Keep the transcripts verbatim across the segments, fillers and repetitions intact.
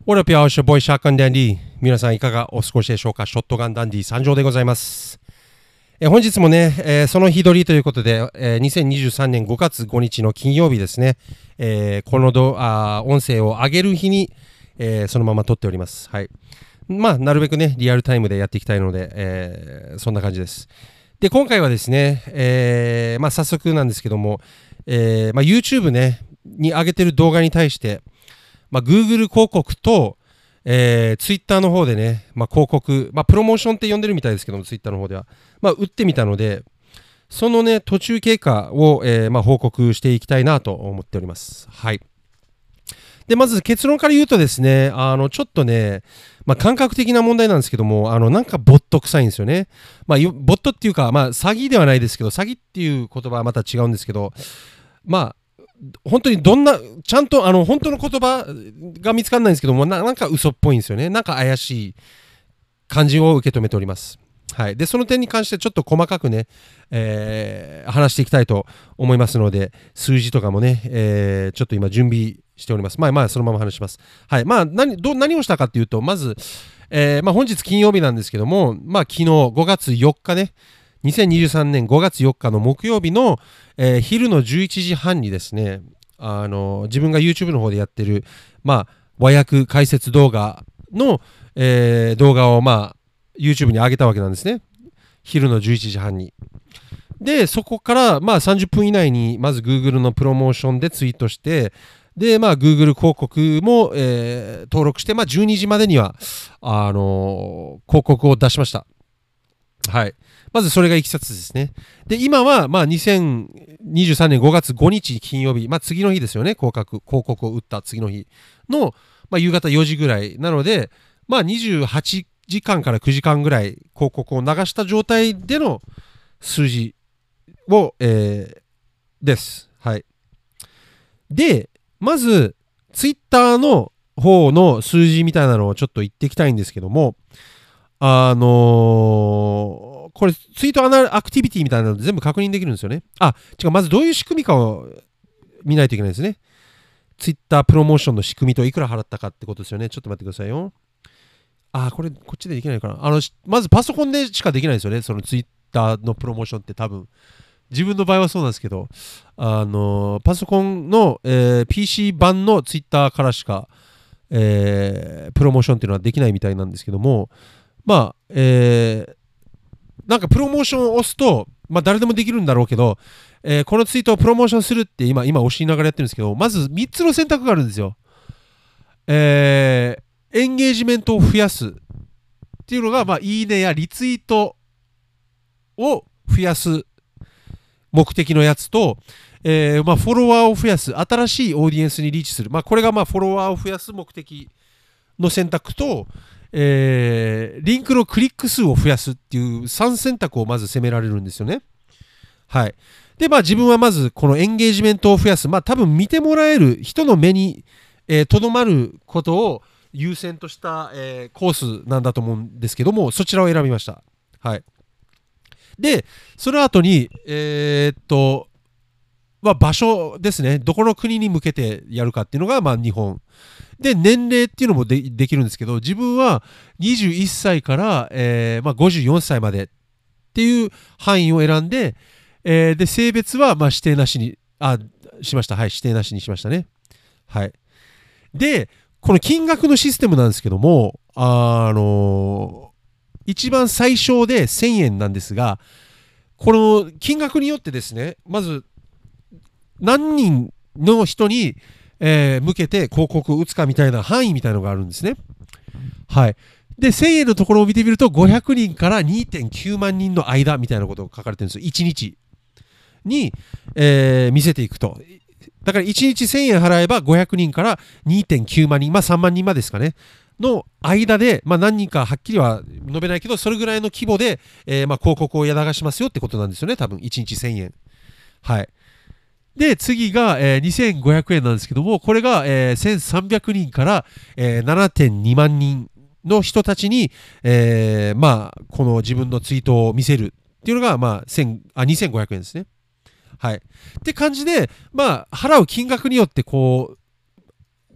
What up, y'all? It's your boy Shotgun Dandy。皆さんいかがお過ごしでしょうか。ショットガンダンディ参上でございます。え本日もね、えー、その日取りということで、えー、にせんにじゅうさんねんごがつごにちの金曜日ですね、えー、このどあ音声を上げる日に、えー、そのまま撮っております。はい。まあ、なるべくね、リアルタイムでやっていきたいので、えー、そんな感じです。で、今回はですね、えー、まあ、早速なんですけども、えーまあ、YouTube ね、に上げてる動画に対して、まあ、Google 広告と、えー、Twitter の方でね、まあ、広告、まあ、プロモーションって呼んでるみたいですけども、Twitter の方では、まあ、打ってみたので、そのね、途中経過を、えーまあ、報告していきたいなと思っております。はい。で、まず結論から言うとですね、あの、ちょっとね、まあ、感覚的な問題なんですけども、あの、なんかボット臭いんですよね。まあ、ボットっていうか、まあ、詐欺ではないですけど、詐欺っていう言葉はまた違うんですけど、まあ、本当にどんな、ちゃんと、あの、本当の言葉が見つかんないんですけども、ななんか嘘っぽいんですよね。なんか怪しい感じを受け止めております。はい。で、その点に関してちょっと細かくね、えー、話していきたいと思いますので、数字とかもね、えー、ちょっと今準備しております。まあまあ、そのまま話します。はい。まあ、何、ど何をしたかっていうと、まず、えー、まあ本日金曜日なんですけども、まあ昨日ごがつよっかね、にせんにじゅうさんねんごがつよっかの木曜日の、えー、昼のじゅういちじはんにですね、あの自分が YouTube の方でやってる、まあ、和訳解説動画の、えー、動画を、まあ、YouTube に上げたわけなんですね。昼のじゅういちじはんに。で、そこから、まあ、さんじゅっぷん以内に、まず Google のプロモーションでツイートして、で、まあ、Google 広告も、えー、登録して、まあ、じゅうにじまでには、あのー、広告を出しました。はい。まずそれがいきさつですね。で、今は、まあ、にせんにじゅうさんねんごがつごにち金曜日、まあ、次の日ですよね、広告、広告を打った次の日の、まあ、夕方よじぐらいなので、まあ、にじゅうはちじかんからくじかんぐらい広告を流した状態での数字を、えー、です。はい。で、まず、ツイッターの方の数字みたいなのをちょっと言っていきたいんですけども、あのー、これ、ツイートアナアクティビティみたいなので全部確認できるんですよね。あ、違う、まずどういう仕組みかを見ないといけないですね。ツイッタープロモーションの仕組みといくら払ったかってことですよね。ちょっと待ってくださいよ。あ、これ、こっちでできないかな。あの、まずパソコンでしかできないですよね。そのツイッターのプロモーションって多分。自分の場合はそうなんですけど、あの、パソコンの、えー、ピーシー 版のツイッターからしか、えー、プロモーションっていうのはできないみたいなんですけども、まあ、えー、なんかプロモーションを押すと、まあ誰でもできるんだろうけど、えー、このツイートをプロモーションするって今、今押しながらやってるんですけど、まずみっつの選択があるんですよ。えー、エンゲージメントを増やすっていうのが、まあ、いいねやリツイートを増やす目的のやつと、えーまあ、フォロワーを増やす、新しいオーディエンスにリーチする、まあ、これがまあフォロワーを増やす目的の選択と、えー、リンクのクリック数を増やすっていうさん選択をまず攻められるんですよね。はい。で、まあ自分はまずこのエンゲージメントを増やす、まあ多分見てもらえる人の目にとど、えー、まることを優先とした、えー、コースなんだと思うんですけども、そちらを選びました。はい。で、その後に、えー、っと、まあ、場所ですね。どこの国に向けてやるかっていうのが、まあ、日本。で、年齢っていうのも で, できるんですけど、自分はにじゅういっさいから、えーまあ、ごじゅうよんさいまでっていう範囲を選んで、えー、で、性別はまあ指定なしに、あ、しました。はい、指定なしにしましたね。はい。で、この金額のシステムなんですけども、あのー、一番最小でせんえんなんですが、この金額によってですね、まず何人の人に、えー、向けて広告を打つかみたいな範囲みたいなのがあるんですね。はい。で、せんえんのところを見てみると、ごひゃくにんから にてんきゅうまん人の間みたいなことが書かれてるんですよ。いちにちに、えー、見せていくと。だからいちにちせんえん払えばごひゃくにんから にてんきゅうまん人、まあさんまん人までですかね。の間で、まあ、何人かはっきりは述べないけど、それぐらいの規模で、えー、まあ広告をや流しますよってことなんですよね、多分いちにちせんえん。はい。で、次が、えー、にせんごひゃくえんなんですけども、これが、えー、せんさんびゃくにんから、えー、ななてんにまん人の人たちに、えー、まあ、この自分のツイートを見せるっていうのが、まあ、あにせんごひゃくえんですね。はい。って感じで、まあ、払う金額によって、こう、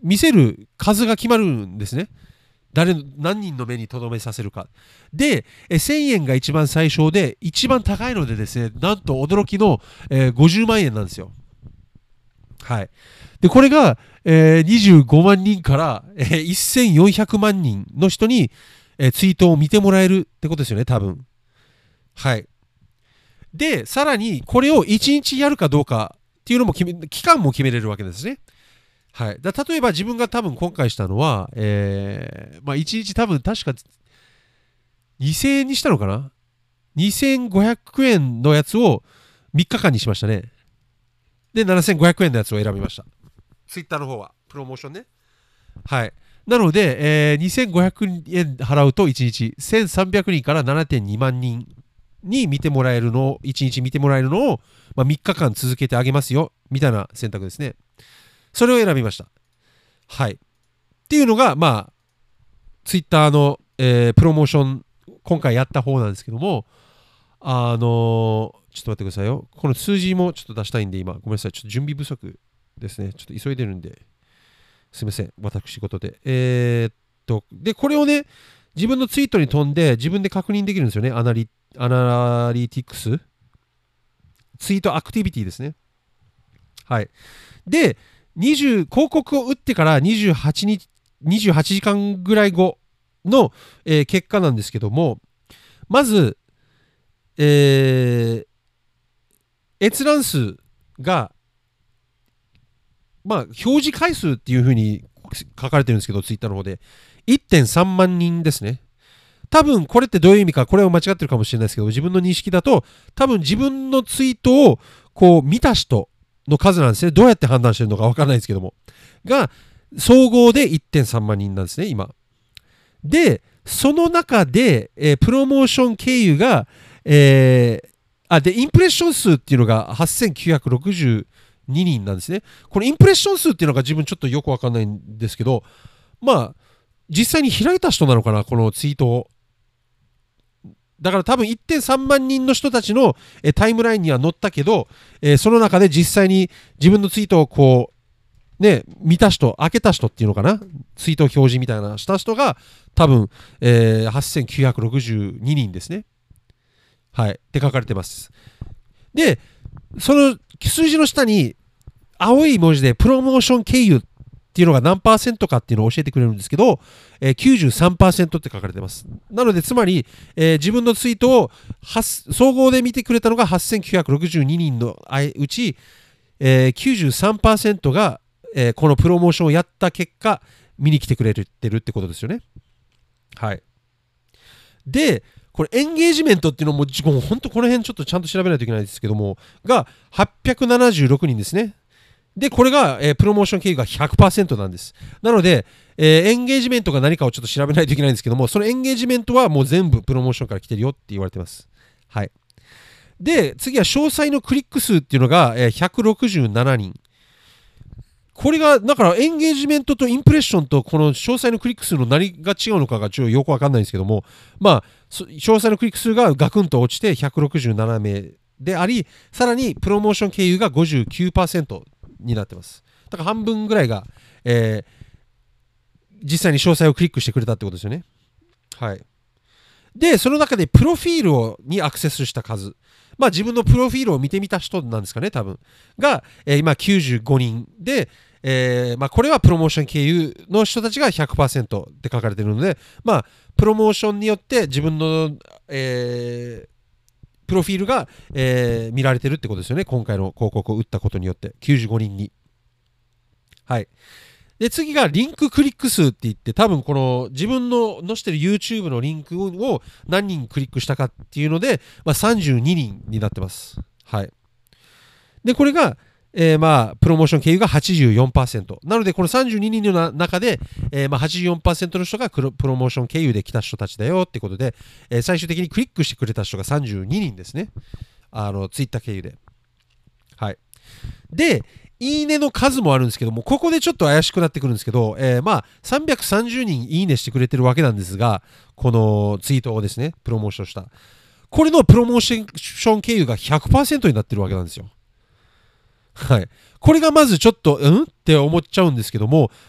見せる数が決まるんですね。誰の何人の目に留めさせるか。で、えせんえんが一番最小で、一番高いのでですね、なんと驚きの、えーごじゅうまんえんなんですよ。はい。で、これが、えーにじゅうごまんにんから、えーせんよんひゃくまんにんの人に、えーツイートを見てもらえるってことですよね、多分。はい。で、さらに、これをいちにちやるかどうかっていうのも決め、期間も決めれるわけですね。はい。だ例えば自分が多分今回したのは、えー、まあいちにち多分確かにせんえんにしたのかな？ にせんごひゃく 円のやつをみっかかんにしましたね。で、ななせんごひゃくえんのやつを選びました。ツイッターの方は。プロモーションね。はい。なので、えー、にせんごひゃくえん払うといちにち、せんさんびゃくにんから ななてんにまんにんに見てもらえるのを、いちにち見てもらえるのを、まあ、みっかかん続けてあげますよ、みたいな選択ですね。それを選びました。はい。っていうのが、まあ、ツイッターの、えープロモーション、今回やった方なんですけども、あのーちょっと待ってくださいよ。この数字もちょっと出したいんで、今、ごめんなさい。ちょっと準備不足ですね。ちょっと急いでるんで、すみません。私事で。えーっと、で、これをね、自分のツイートに飛んで、自分で確認できるんですよね。アナリ、アナリティクス。ツイートアクティビティですね。はい。で、にじゅう広告を打ってからにじゅうはちにち、にじゅうはちじかんぐらい後の、えー結果なんですけども、まず、えー閲覧数が、まあ、表示回数っていうふうに書かれてるんですけど、ツイッターの方で、いってんさんまんにんですね。多分これってどういう意味か、これは間違ってるかもしれないですけど、自分の認識だと、多分自分のツイートをこう見た人の数なんですね。どうやって判断してるのかわからないですけども。が、総合でいってんさんまんにんなんですね、今。で、その中で、えープロモーション経由が、えーあ、で、インプレッション数っていうのがはっせんきゅうひゃくろくじゅうににんなんですね。このインプレッション数っていうのが自分ちょっとよくわかんないんですけど、まあ、実際に開いた人なのかな、このツイートを。だから多分いってんさんまん人の人たちのえタイムラインには載ったけど、えーその中で実際に自分のツイートをこう、ね、見た人、開けた人っていうのかな、ツイート表示みたいなした人が多分、えーはっせんきゅうひゃくろくじゅうににんですね。はい。って書かれてます。で、その数字の下に青い文字でプロモーション経由っていうのが何パーセントかっていうのを教えてくれるんですけど、えー、きゅうじゅうさんパーセントって書かれてます。なので、つまり、えー自分のツイートを総合で見てくれたのがはっせんきゅうひゃくろくじゅうににんのうち、えー、きゅうじゅうさんパーセントが、えーこのプロモーションをやった結果、見に来てくれてるってことですよね。はい。で、これエンゲージメントっていうのも、もう本当この辺ちょっとちゃんと調べないといけないですけども、がはっぴゃくななじゅうろくにんですね。で、これが、えープロモーション経由が ひゃくパーセント なんです。なので、えーエンゲージメントが何かをちょっと調べないといけないんですけども、そのエンゲージメントはもう全部プロモーションから来てるよって言われてます。はい。で、次は詳細のクリック数っていうのが、えーひゃくろくじゅうななにん。これが、だからエンゲージメントとインプレッションとこの詳細のクリック数の何が違うのかがちょっとよくわかんないんですけども、まあ、詳細のクリック数がガクンと落ちてひゃくろくじゅうななめいであり、さらにプロモーション経由が ごじゅうきゅうパーセント になってます。だから半分ぐらいが、えー実際に詳細をクリックしてくれたってことですよね。はい。で、その中でプロフィールをにアクセスした数。まあ自分のプロフィールを見てみた人なんですかね、多分。が、えー今きゅうじゅうごにんで、えーまあこれはプロモーション経由の人たちが ひゃくパーセント って書かれてるので、まあ、プロモーションによって自分の、えープロフィールが、えー見られてるってことですよね。今回の広告を打ったことによって。きゅうじゅうごにんに。はい。で、次がリンククリック数って言って、多分この自分の載せてる YouTube のリンクを何人クリックしたかっていうので、まあ、さんじゅうににんになってます。はい。で、これが、えーまあ、プロモーション経由が はちじゅうよんパーセント。なので、このさんじゅうににんの中で、えーまあ、はちじゅうよんパーセントの人がプロプロモーション経由で来た人たちだよってことで、えー最終的にクリックしてくれた人がさんじゅうににんですね。あの、ツイッター経由で。はい。で、いいねの数もあるんですけども、ここでちょっと怪しくなってくるんですけど、えーまあ、さんびゃくさんじゅうにんいいねしてくれてるわけなんですが、このツイートをですね、プロモーションした。これのプロモーション経由が ひゃくパーセント になってるわけなんですよ。はい。これがまずちょっと、うんって思っちゃうんですけども、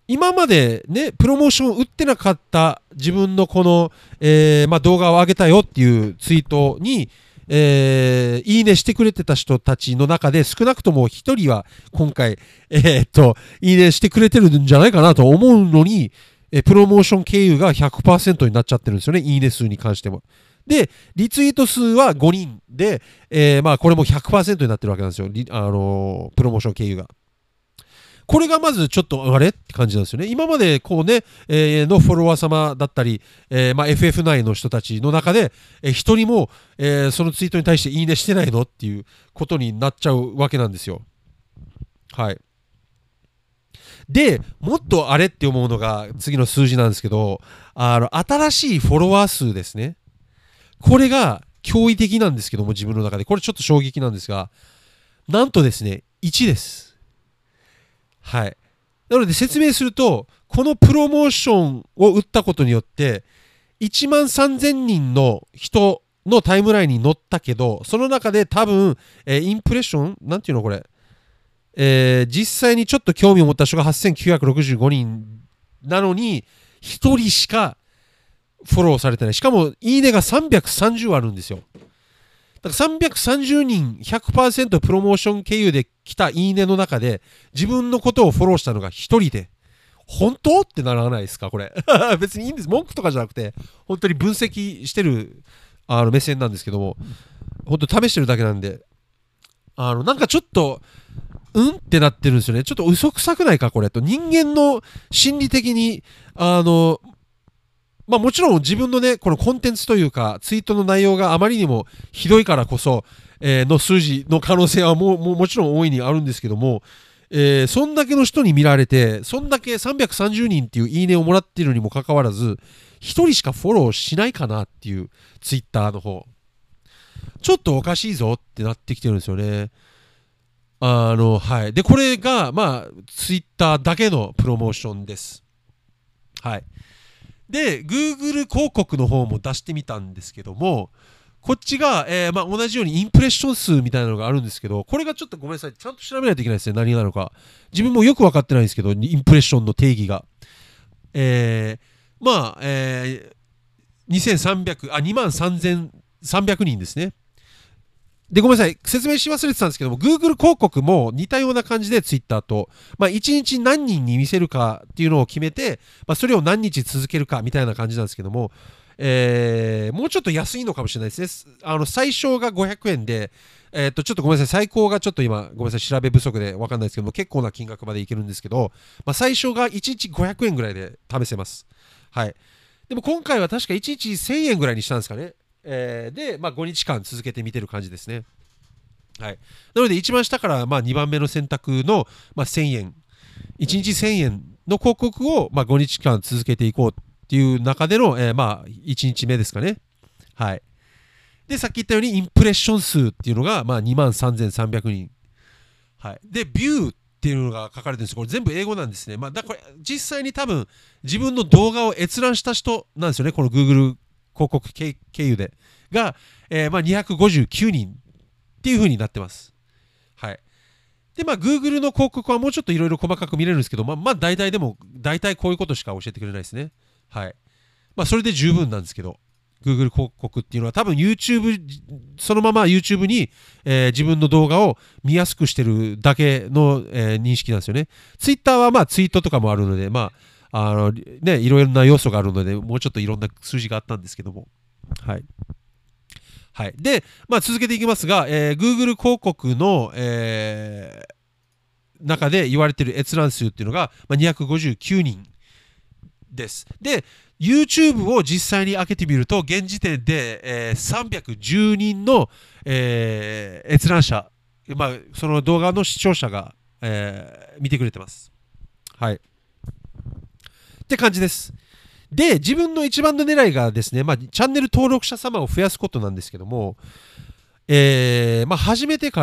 今までね、プロモーション打ってなかった自分のこの、えーまあ、動画を上げたよっていうツイートに、えーいいねしてくれてた人たちの中で少なくとも一人は今回、えーっと、いいねしてくれてるんじゃないかなと思うのに、えープロモーション経由が ひゃくパーセント になっちゃってるんですよね、いいね数に関しても。で、リツイート数はごにんで、えーまあこれも ひゃくパーセント になってるわけなんですよ、あのープロモーション経由が。これがまずちょっとあれって感じなんですよね。今までこうね、えーのフォロワー様だったり、えーまあ、エフエフナイン の人たちの中で、えー、一人も、えーそのツイートに対していいねしてないのっていうことになっちゃうわけなんですよ。はい。で、もっとあれって思うのが次の数字なんですけど、あの、新しいフォロワー数ですね。これが驚異的なんですけども、自分の中で。これちょっと衝撃なんですが、なんとですね、いちです。はい。なので説明すると、このプロモーションを打ったことによって、いちまんさんぜんにんの人のタイムラインに乗ったけど、その中で多分、えーインプレッションなんていうのこれ。えー実際にちょっと興味を持った人がはっせんきゅうひゃくろくじゅうごにんなのに、ひとりしかフォローされてない。しかも、いいねがさんびゃくさんじゅうあるんですよ。だからさんびゃくさんじゅうにん ひゃくパーセント プロモーション経由で来たいいねの中で自分のことをフォローしたのがひとりで本当ってならないですかこれ別にいいんです。文句とかじゃなくて本当に分析してるあの目線なんですけども、本当試してるだけなんで、あのなんかちょっとうんってなってるんですよね。ちょっと嘘くさくないかこれと。人間の心理的にあのまあもちろん自分のね、このコンテンツというか、ツイートの内容があまりにもひどいからこそ、えーの数字の可能性はもうもうもちろん大いにあるんですけども、えーそんだけの人に見られて、そんだけさんびゃくさんじゅうにんっていういいねをもらっているにもかかわらず、ひとりしかフォローしないかなっていうツイッターの方。ちょっとおかしいぞってなってきてるんですよね。あの、はい。で、これが、まあ、ツイッターだけのプロモーションです。はい。で、Google 広告の方も出してみたんですけども、こっちが、えーまあ、同じようにインプレッション数みたいなのがあるんですけど、これがちょっとごめんなさい、ちゃんと調べないといけないですね、何なのか。自分もよく分かってないんですけど、インプレッションの定義が。えー、まあ、えー、にせんさんびゃく、あ、にまんさんぜんさんびゃくにんですね。で、ごめんなさい。説明し忘れてたんですけども、Google 広告も似たような感じで Twitter と、まあ、いちにち何人に見せるかっていうのを決めて、まあ、それを何日続けるかみたいな感じなんですけども、えー、もうちょっと安いのかもしれないですね。あの、最小がごひゃくえんで、えーっと、ちょっとごめんなさい。最高がちょっと今、ごめんなさい。調べ不足でわかんないですけども、結構な金額までいけるんですけど、まあ、最小がいちにちごひゃくえんぐらいで試せます。はい。でも今回は確かいちにちせんえんぐらいにしたんですかね。えーで、まあ、ごにちかん続けてみてる感じですね。はい、なので一番下からまあにばんめの選択のまあせんえん、いちにちせんえんの広告をまあごにちかん続けていこうっていう中での、えー、まあいちにちめですかね。はい。で、さっき言ったようにインプレッション数っていうのがまあにまんさんぜんさんびゃくにん。はい。で、ビューっていうのが書かれてるんです。これ全部英語なんですね。まあ、だこれ実際に多分自分の動画を閲覧した人なんですよね。この Google 広告経由で。が、えー、まあにひゃくごじゅうきゅうにんっていう風になってます。はい。で、まあ、Google の広告はもうちょっといろいろ細かく見れるんですけど、まあ、まあ、大体でも、大体こういうことしか教えてくれないですね。はい。まあ、それで十分なんですけど、Google 広告っていうのは多分 YouTube、そのまま YouTube に、えー自分の動画を見やすくしてるだけの、えー認識なんですよね。Twitter はまあツイートとかもあるので、まあ、あの、ね、いろいろな要素があるので、もうちょっといろんな数字があったんですけども。はい。はい。で、まあ、続けていきますが、えー Google 広告の、えー中で言われている閲覧数っていうのが、まあ、にひゃくごじゅうきゅうにんです。で、YouTube を実際に開けてみると、現時点で、えーさんびゃくじゅうにんの、えー閲覧者、まあ、その動画の視聴者が、えー見てくれてます。はい。って感じです。で、自分の一番の狙いがですね、まあ、チャンネル登録者様を増やすことなんですけども、えーまあ、始めてから、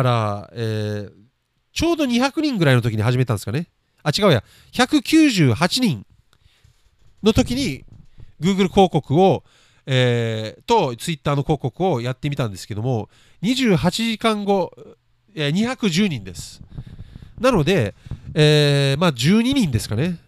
えーちょうどにひゃくにんぐらいの時に始めたんですかね。あ、違うや、ひゃくきゅうじゅうはちにんの時に Google 広告を、えーと Twitter の広告をやってみたんですけども、にじゅうはちじかんご、えーにひゃくじゅうにんです。なので、えーまあ、じゅうににんですかね。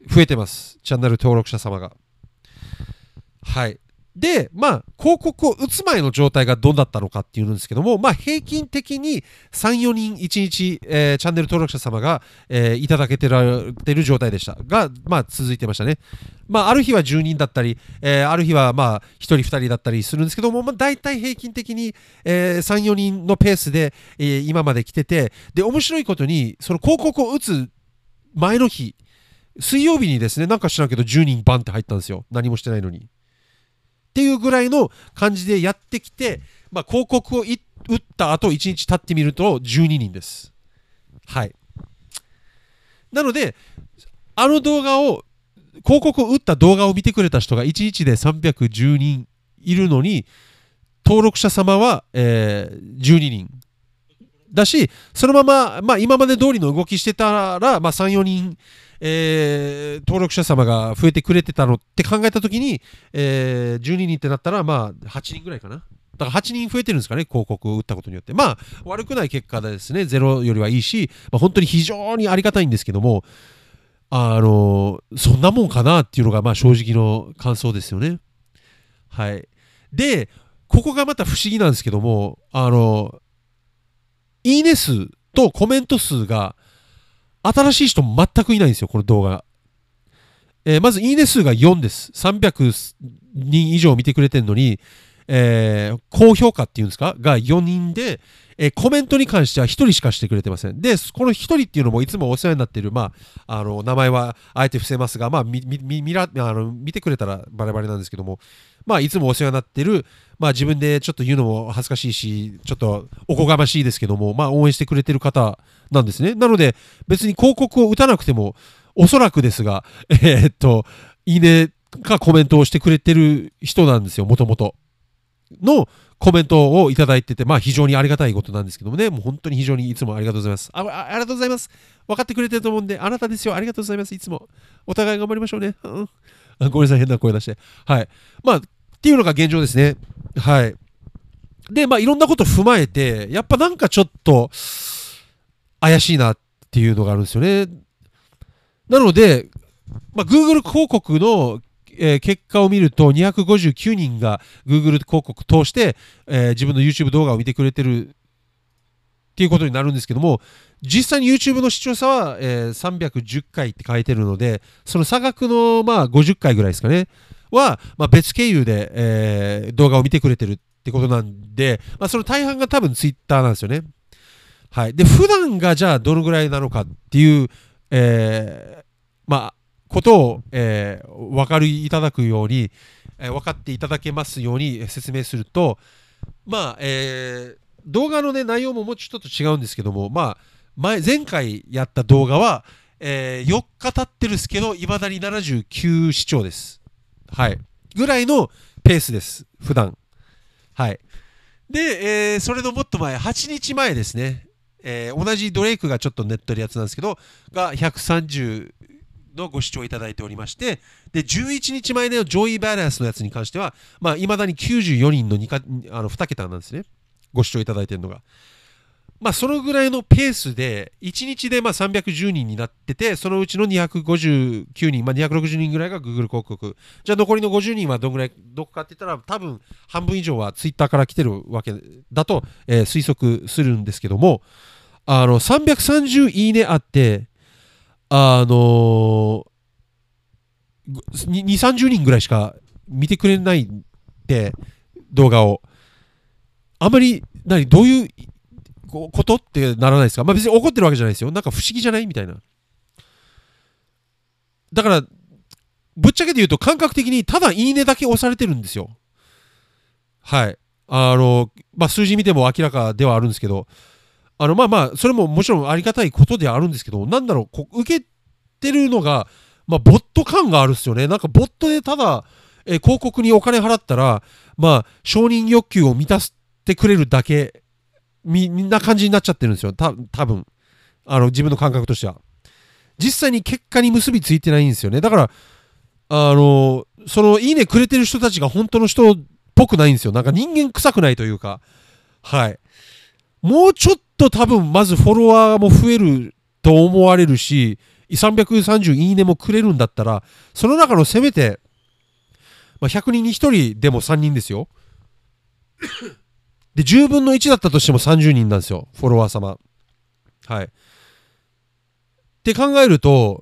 増えてます。チャンネル登録者様が。はい。で、まあ、広告を打つ前の状態がどうだったのかっていうんですけども、まあ、平均的にさん、よにんいちにち、えー、チャンネル登録者様が、えー、いただけてる状態でしたが、まあ、続いてましたね。まあ、ある日はじゅうにんだったり、えー、ある日は、まあ、ひとりふたりだったりするんですけども、まあ、大体平均的に、えー、さん、よにんのペースで、えー、今まで来てて、で、面白いことに、その広告を打つ前の日、水曜日にですね、なんか知らんけどじゅうにんバンって入ったんですよ。何もしてないのに。っていうぐらいの感じでやってきて、まあ、広告を打った後いちにち経ってみるとじゅうににんです。はい。なので、あの動画を、広告を打った動画を見てくれた人がいちにちでさんびゃくじゅうにんいるのに、登録者様は、えー、じゅうににん。だし、そのまま、まあ、今まで通りの動きしてたら、まあ、さん、よにん、えー、登録者様が増えてくれてたのって考えたときに、えー、じゅうににんってなったら、まあ、はちにんぐらいかな。だからはちにん増えてるんですかね、広告を打ったことによって。まあ、悪くない結果ですね、ゼロよりはいいし、まあ、本当に非常にありがたいんですけども、あのー、そんなもんかなっていうのが、まあ、正直の感想ですよね。はい。で、ここがまた不思議なんですけども、あのー、いいね数とコメント数が、新しい人全くいないんですよ、この動画。えー、まず、いいね数がよんです。さんびゃくにん以上見てくれてるのに、えー、高評価っていうんですかがよにんで、えー、コメントに関してはひとりしかしてくれてません。で、このひとりっていうのもいつもお世話になっている、まあ、あの、名前はあえて伏せますが、まあ、み、み、みら、あの、見てくれたらバレバレなんですけども、まあ、いつもお世話になっている、まあ、自分でちょっと言うのも恥ずかしいし、ちょっとおこがましいですけども、まあ、応援してくれてる方なんですね。なので、別に広告を打たなくても、おそらくですが、えー、っと、いいねかコメントをしてくれてる人なんですよ、もともと。のコメントをいただいてて、まあ非常にありがたいことなんですけどもね、もう本当に非常にいつもありがとうございます。あ、あ、ありがとうございます。分かってくれてると思うんで、あなたですよ。ありがとうございます。いつも。お互い頑張りましょうね。うん、ごめんなさい、変な声出して。はい。まあ、っていうのが現状ですね。はい。で、まあいろんなこと踏まえて、やっぱなんかちょっと怪しいなっていうのがあるんですよね。なので、まあ、Google 広告のえー、結果を見るとにひゃくごじゅうきゅうにんが Google 広告通して、えー、自分の YouTube 動画を見てくれてるっていうことになるんですけども、実際に YouTube の視聴者は、えー、さんびゃくじゅっかいって書いてるので、その差額の、まあ、ごじゅっかいぐらいですかねは、まあ、別経由で、えー、動画を見てくれてるってことなんで、まあ、その大半が多分 Twitter なんですよね。はい。で、普段がじゃあどのぐらいなのかっていう、えー、まあことを、えー、お分かりいただくように、えー、分かっていただけますように説明すると、まあ、えー、動画の、ね、内容ももうちょっと違うんですけども、まあ、前前回やった動画は、えー、よっか経ってるんですけど、いまだにななじゅうきゅう視聴です。はい。ぐらいのペースです、普段。はい。で、えー、それのもっと前、はちにちまえですね。えー、同じドレイクがちょっとネットでやつなんですけど、がひゃくさんじゅうのご視聴いただいておりまして、で、じゅういちにちまえのジョイ・バランスのやつに関しては、まあ、未だにきゅうじゅうよにんの 2, かあのに桁なんですね。ご視聴いただいているのが。まあ、そのぐらいのペースで、いちにちでまあさんびゃくじゅうにんになってて、そのうちのにひゃくごじゅうきゅうにん、まあ、にひゃくろくじゅうにんぐらいが Google 広告。じゃあ残りのごじゅうにんはどんぐらい、どこかって言ったら、多分半分以上は Twitter から来てるわけだと、えー、推測するんですけども、あの、さんびゃくさんじゅういいねあって、あのー、にじゅう、さんじゅうにんぐらいしか見てくれないって動画をあまり何どういうことってならないですか。まあ別に怒ってるわけじゃないですよ。なんか不思議じゃないみたいな。だからぶっちゃけて言うと感覚的にただいいねだけ押されてるんですよ。はい。あのまあ数字見ても明らかではあるんですけど、あのまあまあそれももちろんありがたいことではあるんですけど、なんだろうこ受けてるのがまあボット感があるっすよね。なんかボットでただえ広告にお金払ったらまあ承認欲求を満たしてくれるだけみみんな感じになっちゃってるんですよ。た多分あの自分の感覚としては実際に結果に結びついてないんですよね。だからあのそのいいねくれてる人たちが本当の人っぽくないんですよ。なんか人間臭くないというか、はい。もうちょっと多分まずフォロワーも増えると思われるし、 さんびゃくさんじゅういいねもくれるんだったら、その中のせめて、まあ、ひゃくにんにひとりでもさんにんですよ。で、じゅうぶんのいちだったとしてもさんじゅうにんなんですよ、フォロワー様。はい。って考えると、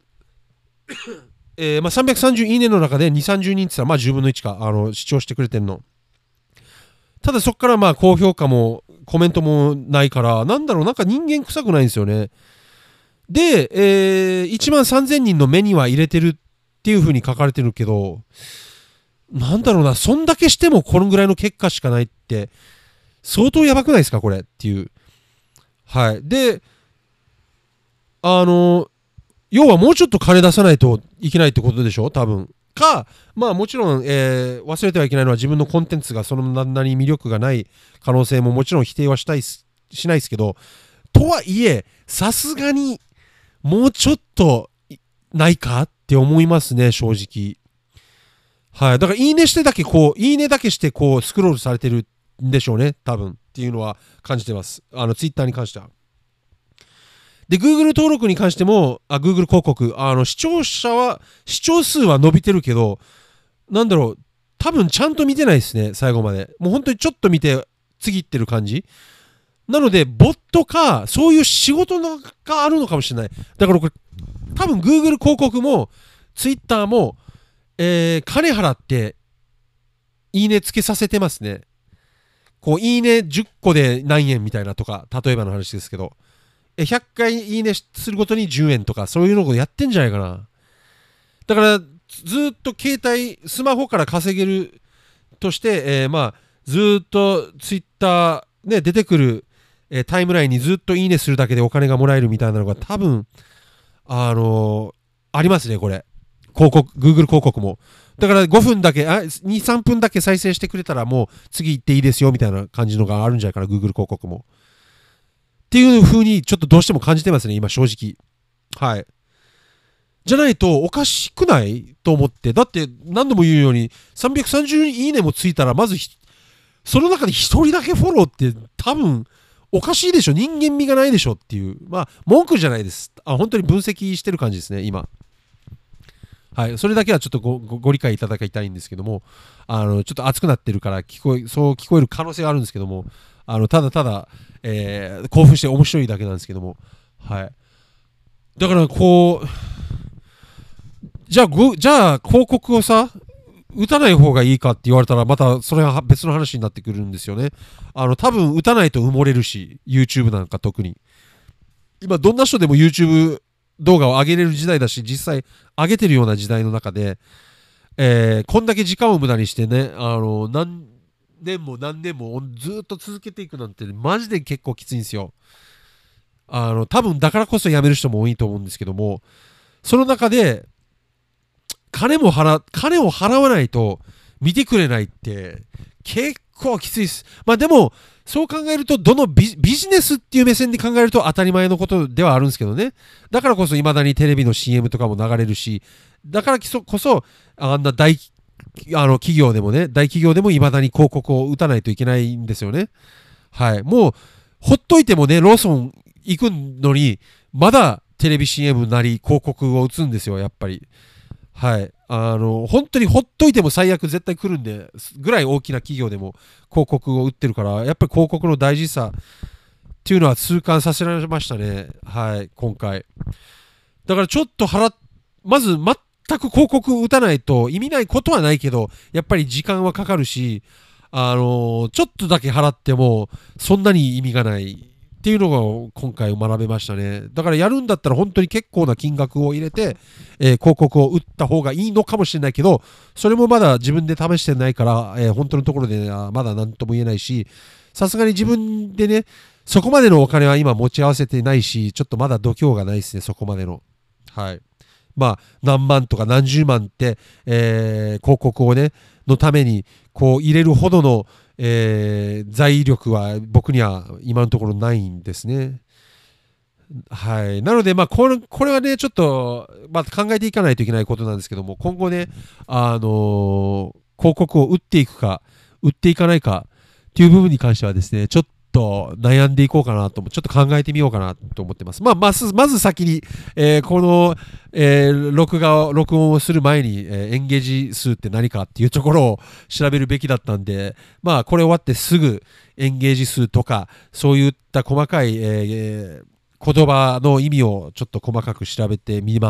えーまあ、さんびゃくさんじゅういいねの中でにじゅう、さんじゅうにんって言ったら、まあじゅうぶんのいちか、あの、視聴してくれてるの。ただそこからまあ高評価もコメントもないから、なんだろう、なんか人間臭くないんですよね。で、えー、いちまんさんぜんにんの目には入れてるっていう風に書かれてるけど、なんだろうな、そんだけしてもこのぐらいの結果しかないって、相当やばくないですか、これっていう。はい。で、あの、要はもうちょっと金出さないといけないってことでしょ、多分。か、まあもちろん、えー忘れてはいけないのは自分のコンテンツがそのなに魅力がない可能性ももちろん否定はしたいしないですけど、とはいえ、さすがにもうちょっとないかって思いますね、正直。はい。だから、いいねしてだけこう、いいねだけしてこう、スクロールされてるんでしょうね、多分。っていうのは感じてます。あの、ツイッターに関しては。で、Google 登録に関しても、あ、Google 広告、あの、視聴者は、視聴数は伸びてるけど、なんだろう、多分ちゃんと見てないですね、最後まで。もう本当にちょっと見て、次行ってる感じ。なので、ボットか、そういう仕事のがあるのかもしれない。だからこれ、多分 Google 広告も、Twitter も、えー、金払って、いいねつけさせてますね。こう、いいねじゅっこで何円みたいなとか、例えばの話ですけど。ひゃっかいいいねするごとにじゅうえんとか、そういうのをやってんじゃないかな。だから、ずっと携帯、スマホから稼げるとして、えー、まあ、ずっとツイッター、ね、出てくる、えータイムラインにずっといいねするだけでお金がもらえるみたいなのが多分、あのーありますね、これ。広告、Google 広告も。だからごふんだけ、あ、に、さんぷんだけ再生してくれたらもう次行っていいですよみたいな感じのがあるんじゃないかな、Google 広告も。っていう風にちょっとどうしても感じてますね、今正直。はい。じゃないとおかしくないと思って。だって何度も言うようにさんびゃくさんじゅういいねもついたらまずその中でひとりだけフォローって多分おかしいでしょ。人間味がないでしょっていう。まあ文句じゃないです。あ、本当に分析してる感じですね、今。はい。それだけはちょっと ご, ご, ご理解いただきたいんですけども、あの、ちょっと熱くなってるから聞こえ、そう聞こえる可能性があるんですけども、あの、ただただ、えー興奮して面白いだけなんですけども、はい。だからこう、じゃあ、ごじゃあ広告をさ、打たない方がいいかって言われたら、またそれは別の話になってくるんですよね。あの、多分打たないと埋もれるし、YouTube なんか特に。今、どんな人でも YouTube 動画を上げれる時代だし、実際上げてるような時代の中で、えーこんだけ時間を無駄にしてね、あの、何年も何年もずっと続けていくなんて、マジで結構きついんですよ。あの、多分だからこそ辞める人も多いと思うんですけども、その中で、金も払、金を払わないと見てくれないって結構きついです。まあでも、そう考えると、どのビ、ビジネスっていう目線で考えると当たり前のことではあるんですけどね。だからこそ未だにテレビの シーエム とかも流れるし、だからこそ、あんな大、あの企業でもね、大企業でも未だに広告を打たないといけないんですよね。はい。もう、ほっといてもね、ローソン行くのに、まだテレビ シーエム なり広告を打つんですよ、やっぱり。はい。あの、本当にほっといても最悪絶対来るんで、ぐらい大きな企業でも広告を打ってるから、やっぱり広告の大事さっていうのは痛感させられましたね。はい、今回。だからちょっと払っ、まず全く広告打たないと意味ないことはないけど、やっぱり時間はかかるし、あの、ちょっとだけ払ってもそんなに意味がない。っていうのが今回学べましたね。だからやるんだったら本当に結構な金額を入れて、えー広告を打った方がいいのかもしれないけど、それもまだ自分で試してないから、えー本当のところではまだ何とも言えないし、さすがに自分でね、そこまでのお金は今持ち合わせてないし、ちょっとまだ度胸がないですね、そこまでの。はい。まあ、何万とか何十万って、えー広告をね、のために、こう入れるほどの、えー財力は僕には今のところないんですね。はい。なので、まあ、これ、これはね、ちょっと、まあ、考えていかないといけないことなんですけども、今後ね、あのー広告を打っていくか、打っていかないかっていう部分に関してはですね、ちょっと悩んでいこうかなと、ちょっと考えてみようかなと思ってます。まあ、まず、まず先に、えーこの、えー録画を、録音をする前に、えーエンゲージ数って何かっていうところを調べるべきだったんで、まあ、これ終わってすぐエンゲージ数とか、そういった細かい、えー言葉の意味をちょっと細かく調べてみます。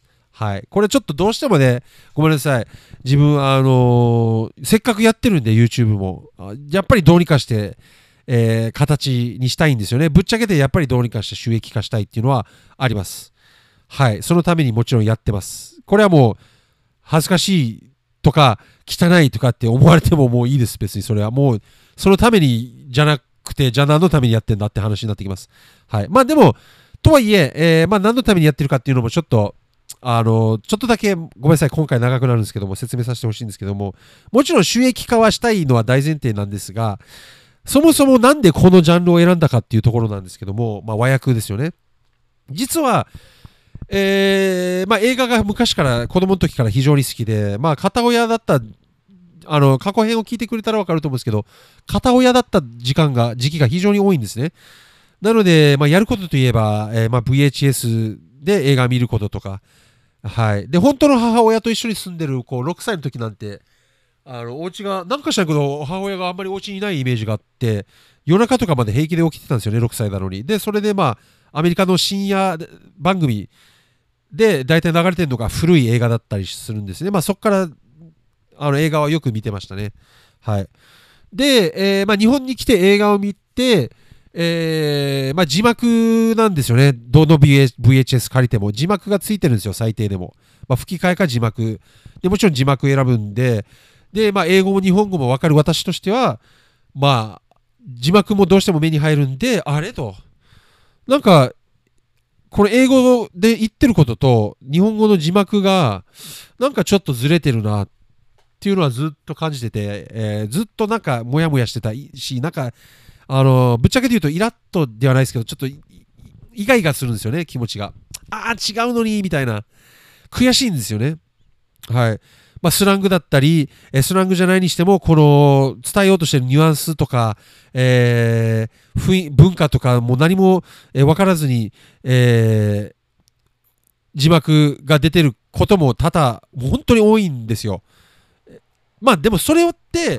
はい。これちょっとどうしてもね、ごめんなさい。自分、あのーせっかくやってるんで、YouTube も。あやっぱりどうにかして、えー形にしたいんですよね。ぶっちゃけてやっぱりどうにかして収益化したいっていうのはあります。はい。そのためにもちろんやってます。これはもう、恥ずかしいとか、汚いとかって思われてももういいです。別にそれはもう、そのためにじゃなくて、じゃあ何のためにやってんだって話になってきます。はい。まあでも、とはいえ、えーまあ何のためにやってるかっていうのもちょっと、あの、ちょっとだけ、ごめんなさい、今回長くなるんですけども、説明させてほしいんですけども、もちろん収益化はしたいのは大前提なんですが、そもそもなんでこのジャンルを選んだかっていうところなんですけども、まあ和訳ですよね。実は、えーまあ、映画が昔から子供の時から非常に好きで、まあ、片親だったあの過去編を聞いてくれたら分かると思うんですけど、片親だった時間が時期が非常に多いんですね。なので、まあ、やることといえば、えーまあ、ブイエイチエス で映画見ることとか、はい、で本当の母親と一緒に住んでるこうろくさいの時なんて、あのお家がなんかしらんけど母親があんまりお家にいないイメージがあって、夜中とかまで平気で起きてたんですよね、ろくさいなのに。でそれでまあアメリカの深夜番組で大体流れてるのが古い映画だったりするんですね。まあそこからあの映画はよく見てましたね。はい。で、えーまあ、日本に来て映画を見て、えーまあ、字幕なんですよね。どの ブイエイチエス 借りても字幕がついてるんですよ、最低でも。まあ、吹き替えか字幕。でもちろん字幕選ぶんで、で、まあ、英語も日本語も分かる私としては、まあ、字幕もどうしても目に入るんで、あれと。なんか、これ英語で言ってることと日本語の字幕がなんかちょっとずれてるなっていうのはずっと感じてて、えーずっとなんかモヤモヤしてたし、なんかあのーぶっちゃけて言うとイラッとではないですけど、ちょっとイガイガするんですよね、気持ちが。ああ違うのにみたいな、悔しいんですよね。はい。まあ、スラングだったり、えースラングじゃないにしても、この伝えようとしてるニュアンスとか、えー雰囲文化とかも何も、えー分からずに、えー字幕が出てることも多々、もう本当に多いんですよ。まあでもそれをって、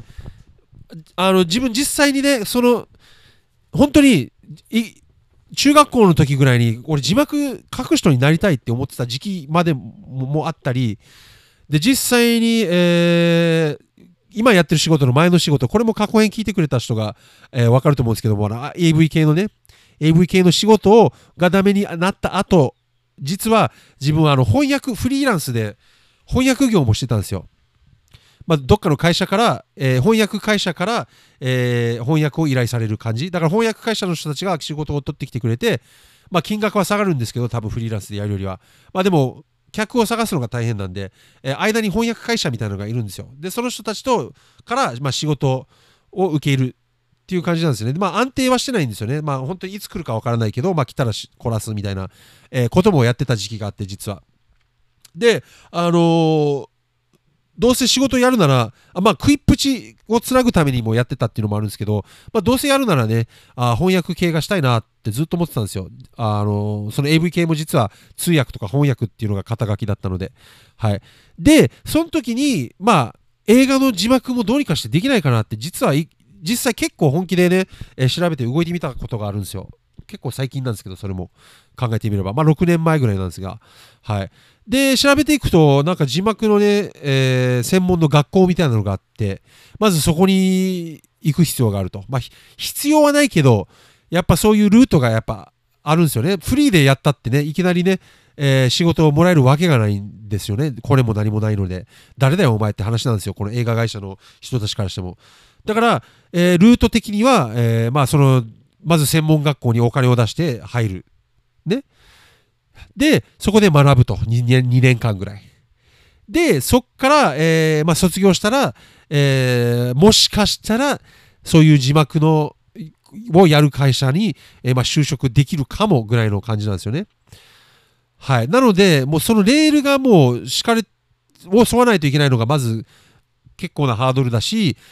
あの自分実際にね、その本当にい中学校の時ぐらいに俺字幕書く人になりたいって思ってた時期までももあったりで、実際に、えー今やってる仕事の前の仕事、これも過去編聞いてくれた人が、えー分かると思うんですけども、あ エーブイ 系のね エーブイ 系の仕事をがダメになった後、実は自分はあの翻訳フリーランスで翻訳業もしてたんですよ。まあ、どっかの会社から、えー翻訳会社から、えー翻訳を依頼される感じだから、翻訳会社の人たちが仕事を取ってきてくれて、まあ、金額は下がるんですけど、多分フリーランスでやるよりは、まあ、でも客を探すのが大変なんで、えー間に翻訳会社みたいなのがいるんですよ。でその人たちとから、まあ、仕事を受けるっていう感じなんですよね。でまあ安定はしてないんですよね。まあ本当にいつ来るかわからないけど、まあ来たらし来らすみたいな、えーこともやってた時期があって、実は。で、あのーどうせ仕事やるなら、あまあ、食いっぷちをつなぐためにもやってたっていうのもあるんですけど、まあ、どうせやるならね、あ翻訳系がしたいなってずっと思ってたんですよ。あのその エーブイ 系も実は通訳とか翻訳っていうのが肩書きだったので。はい。で、その時に、まあ、映画の字幕もどうにかしてできないかなって、実はい実際結構本気でね、えー調べて動いてみたことがあるんですよ。結構最近なんですけど、それも考えてみれば、まあろくねんまえぐらいなんですが、はい。で、調べていくと、なんか字幕のね、えー専門の学校みたいなのがあって、まずそこに行く必要があると。まあ、ひ必要はないけど、やっぱそういうルートがやっぱあるんですよね。フリーでやったってね、いきなりね、えー仕事をもらえるわけがないんですよね。これも何もないので、誰だよお前って話なんですよ。この映画会社の人たちからしても。だから、えールート的には、えーまあその、まず専門学校にお金を出して入る。ね。で、そこで学ぶと。にねん、にねんかんぐらい。で、そっから、えーまあ、卒業したら、えーもしかしたら、そういう字幕の、をやる会社に、えーまあ、就職できるかもぐらいの感じなんですよね。はい。なので、もうそのレールがもう、しかれ、を沿わないといけないのが、まず結構なハードルだし、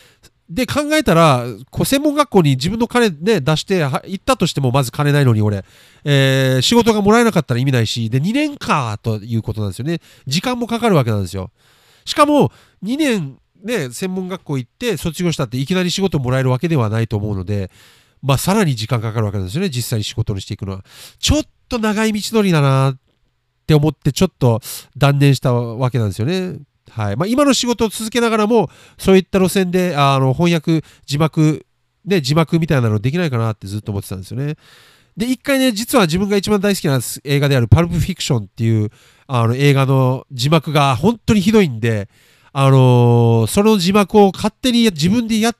で考えたら、こう専門学校に自分の金ね、出しては行ったとしてもまず金ないのに俺、えー仕事がもらえなかったら意味ないし、でにねんかということなんですよね。時間もかかるわけなんですよ。しかもにねんね、専門学校行って卒業したっていきなり仕事もらえるわけではないと思うので、まあさらに時間かかるわけなんですよね、実際に仕事にしていくのは。ちょっと長い道のりだなって思ってちょっと断念したわけなんですよね。はい。まあ、今の仕事を続けながらも、そういった路線で、あの、翻訳、字幕、ね、字幕みたいなのできないかなってずっと思ってたんですよね。で、一回ね、実は自分が一番大好きな映画であるパルプフィクションっていう、あの、映画の字幕が本当にひどいんで、あのーその字幕を勝手に自分でやって、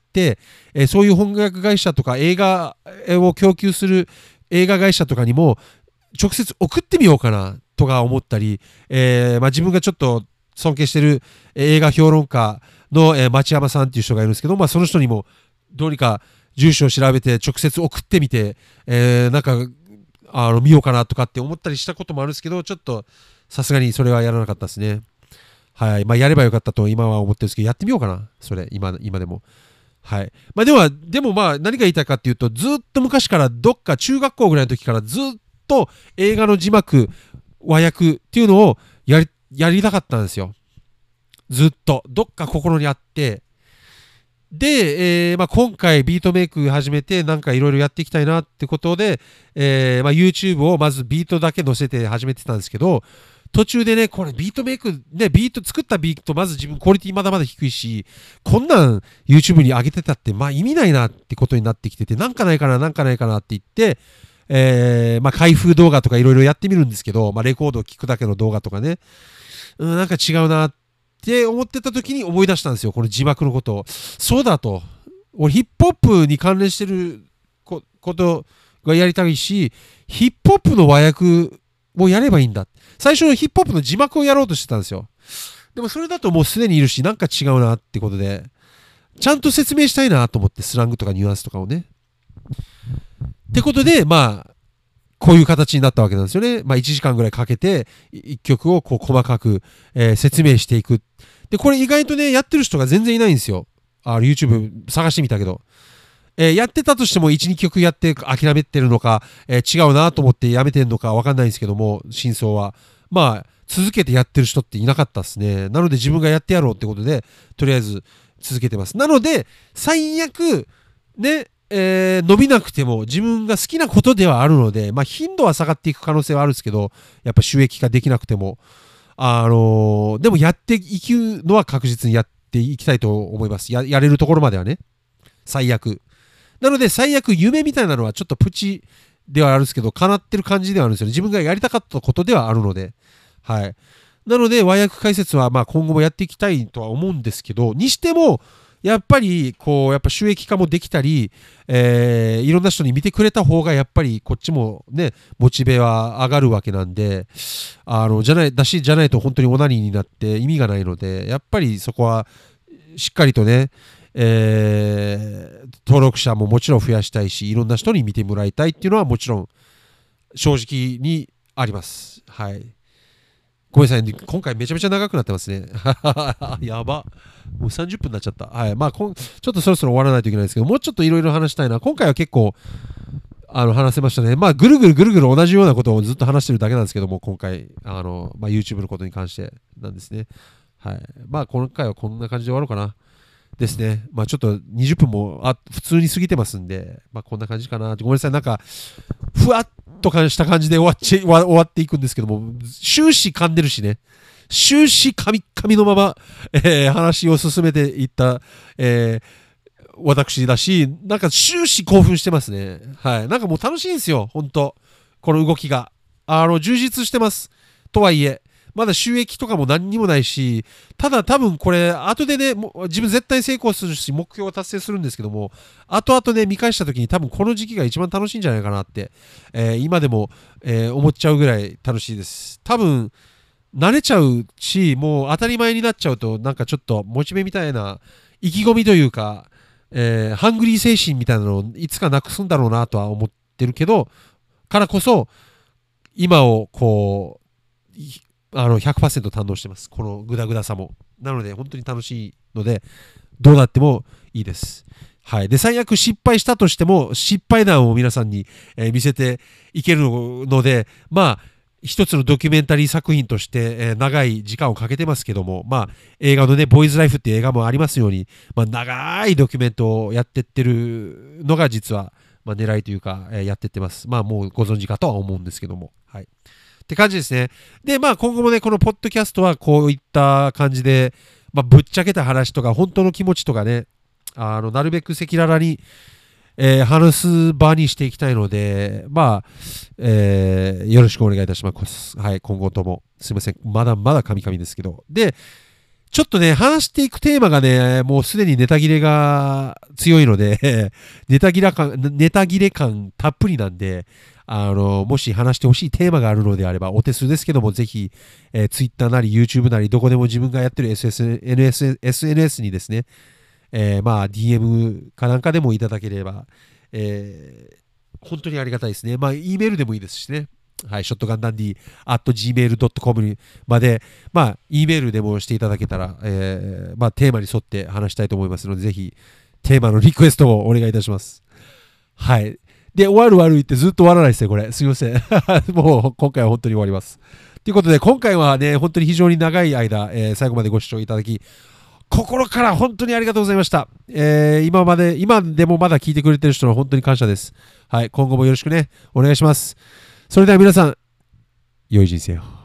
えーそういう翻訳会社とか映画を供給する映画会社とかにも直接送ってみようかなとか思ったり、えーまあ、自分がちょっと尊敬してる映画評論家の、えー町山さんっていう人がいるんですけど、まあ、その人にもどうにか住所を調べて直接送ってみて、えーなんかあの見ようかなとかって思ったりしたこともあるんですけど、ちょっとさすがにそれはやらなかったですね。はい。まあ、やればよかったと今は思ってるんですけど、やってみようかな。それ、今、今でも。はい。まあ、でも、でもまあ、何が言いたいかっていうと、ずっと昔からどっか中学校ぐらいの時からずっと映画の字幕、和訳っていうのをやり、やりたかったんですよ。ずっと。どっか心にあって、で、えーまあ、今回ビートメイク始めてなんかいろいろやっていきたいなってことで、えーまあ、YouTube をまずビートだけ載せて始めてたんですけど、途中でね、これビートメイク、ね、ビート作ったビートまず自分クオリティまだまだ低いし、こんなん YouTube に上げてたってまあ意味ないなってことになってきてて、なんかないかな、なんかないかなって言って、えーまあ、開封動画とかいろいろやってみるんですけど、まあ、レコードを聞くだけの動画とかね、うん、なんか違うなって思ってた時に思い出したんですよ、この字幕のことを。そうだと。俺ヒップホップに関連してるこことがやりたいし、ヒップホップの和訳をやればいいんだ。最初のヒップホップの字幕をやろうとしてたんですよ。でもそれだともうすでにいるし、なんか違うなってことで、ちゃんと説明したいなと思って、スラングとかニュアンスとかをね。ってことで、まあ、こういう形になったわけなんですよね。まあ、いちじかんぐらいかけて、いっきょくをこう細かく、えー説明していく。で、これ意外とね、やってる人が全然いないんですよ。あ YouTube 探してみたけど。えーやってたとしてもいち、にきょくやって諦めてるのか、えー違うなと思ってやめてるのかわかんないんですけども、真相は。まあ、続けてやってる人っていなかったですね。なので自分がやってやろうってことで、とりあえず続けてます。なので、最悪、ね、えー伸びなくても自分が好きなことではあるので、まあ、頻度は下がっていく可能性はあるんですけど、やっぱ収益化できなくても、あのーでもやっていくのは確実にやっていきたいと思います。や、やれるところまではね。最悪。なので、最悪夢みたいなのはちょっとプチではあるんですけど、叶ってる感じではあるんですよね。自分がやりたかったことではあるので。はい。なので、和訳解説はまあ今後もやっていきたいとは思うんですけど、にしても、やっぱり、こう、やっぱ収益化もできたり、えーいろんな人に見てくれた方が、やっぱりこっちもね、モチベは上がるわけなんで、あの、じゃない、だし、じゃないと本当にオナニーになって意味がないので、やっぱりそこは、しっかりとね、えー登録者ももちろん増やしたいし、いろんな人に見てもらいたいっていうのはもちろん正直にあります。はい。ごめんなさい、ね、今回めちゃめちゃ長くなってますね。やば。もうさんじゅっぷんになっちゃった。はい。まあ、こんちょっとそろそろ終わらないといけないですけど、もうちょっといろいろ話したいな。今回は結構、あの、話せましたね。まあ、ぐるぐるぐるぐる同じようなことをずっと話してるだけなんですけども、今回、あの、まあ、YouTube のことに関してなんですね。はい。まあ、今回はこんな感じで終わろうかな。ですね。まあちょっとにじゅっぷんもあ普通に過ぎてますんで、まあこんな感じかな。ごめんなさい。なんか、ふわっとした感じで終わっち終わ終わっていくんですけども、終始噛んでるしね。終始噛み噛みのまま、えー話を進めていった、えー私だし、なんか終始興奮してますね。はい。なんかもう楽しいんですよ。本当この動きが。あの、充実してます。とはいえ。まだ収益とかも何にもないし、ただ多分これ、後でね、も自分絶対成功するし、目標を達成するんですけども、後々ね、見返した時に多分この時期が一番楽しいんじゃないかなって、えー今でも、えー思っちゃうぐらい楽しいです。多分、慣れちゃうし、もう当たり前になっちゃうと、なんかちょっとモチベみたいな意気込みというか、えーハングリー精神みたいなのをいつかなくすんだろうなとは思ってるけど、からこそ、今をこう、あのひゃくパーセント堪能してます。このグダグダさも。なので、本当に楽しいので、 どうなってもいいです。はい。で、最悪失敗したとしても、失敗談を皆さんに、えー見せていけるので、まあ、一つのドキュメンタリー作品として、えー長い時間をかけてますけども、まあ、映画のね、ボーイズライフっていう映画もありますように、まあ、長いドキュメントをやってってるのが実は、まあ、狙いというか、えーやってってます。まあ、もうご存知かとは思うんですけども。はい。って感じですね。で、まあ、今後もね、このポッドキャストはこういった感じで、まあ、ぶっちゃけた話とか、本当の気持ちとかね、あの、なるべく赤裸々に、えー話す場にしていきたいので、まあ、えーよろしくお願いいたします。はい、今後とも。すいません。まだまだカミカミですけど。で、ちょっとね、話していくテーマがね、もうすでにネタ切れが強いので、ネタ切れ感、ネタ切れ感たっぷりなんで、あの、もし話してほしいテーマがあるのであれば、お手数ですけども、ぜひ、えー、Twitter なり YouTube なり、どこでも自分がやってる エスエヌエス、エスエヌエス にですね、えーまあ ディーエム かなんかでもいただければ、えー本当にありがたいですね。まあ E メールでもいいですしね。はい、ショットガンダンディ at ジーメール ドットコム まで、まあ E メールでもしていただけたら、えーまあテーマに沿って話したいと思いますので、ぜひテーマのリクエストをお願いいたします。はい。で、終わる悪いってずっと終わらないですね、これ。すいません。もう今回は本当に終わります。ということで、今回はね、本当に非常に長い間、えー最後までご視聴いただき、心から本当にありがとうございました。えー今まで、今でもまだ聞いてくれてる人の本当に感謝です。はい、今後もよろしくね、お願いします。それでは皆さん、良い人生を。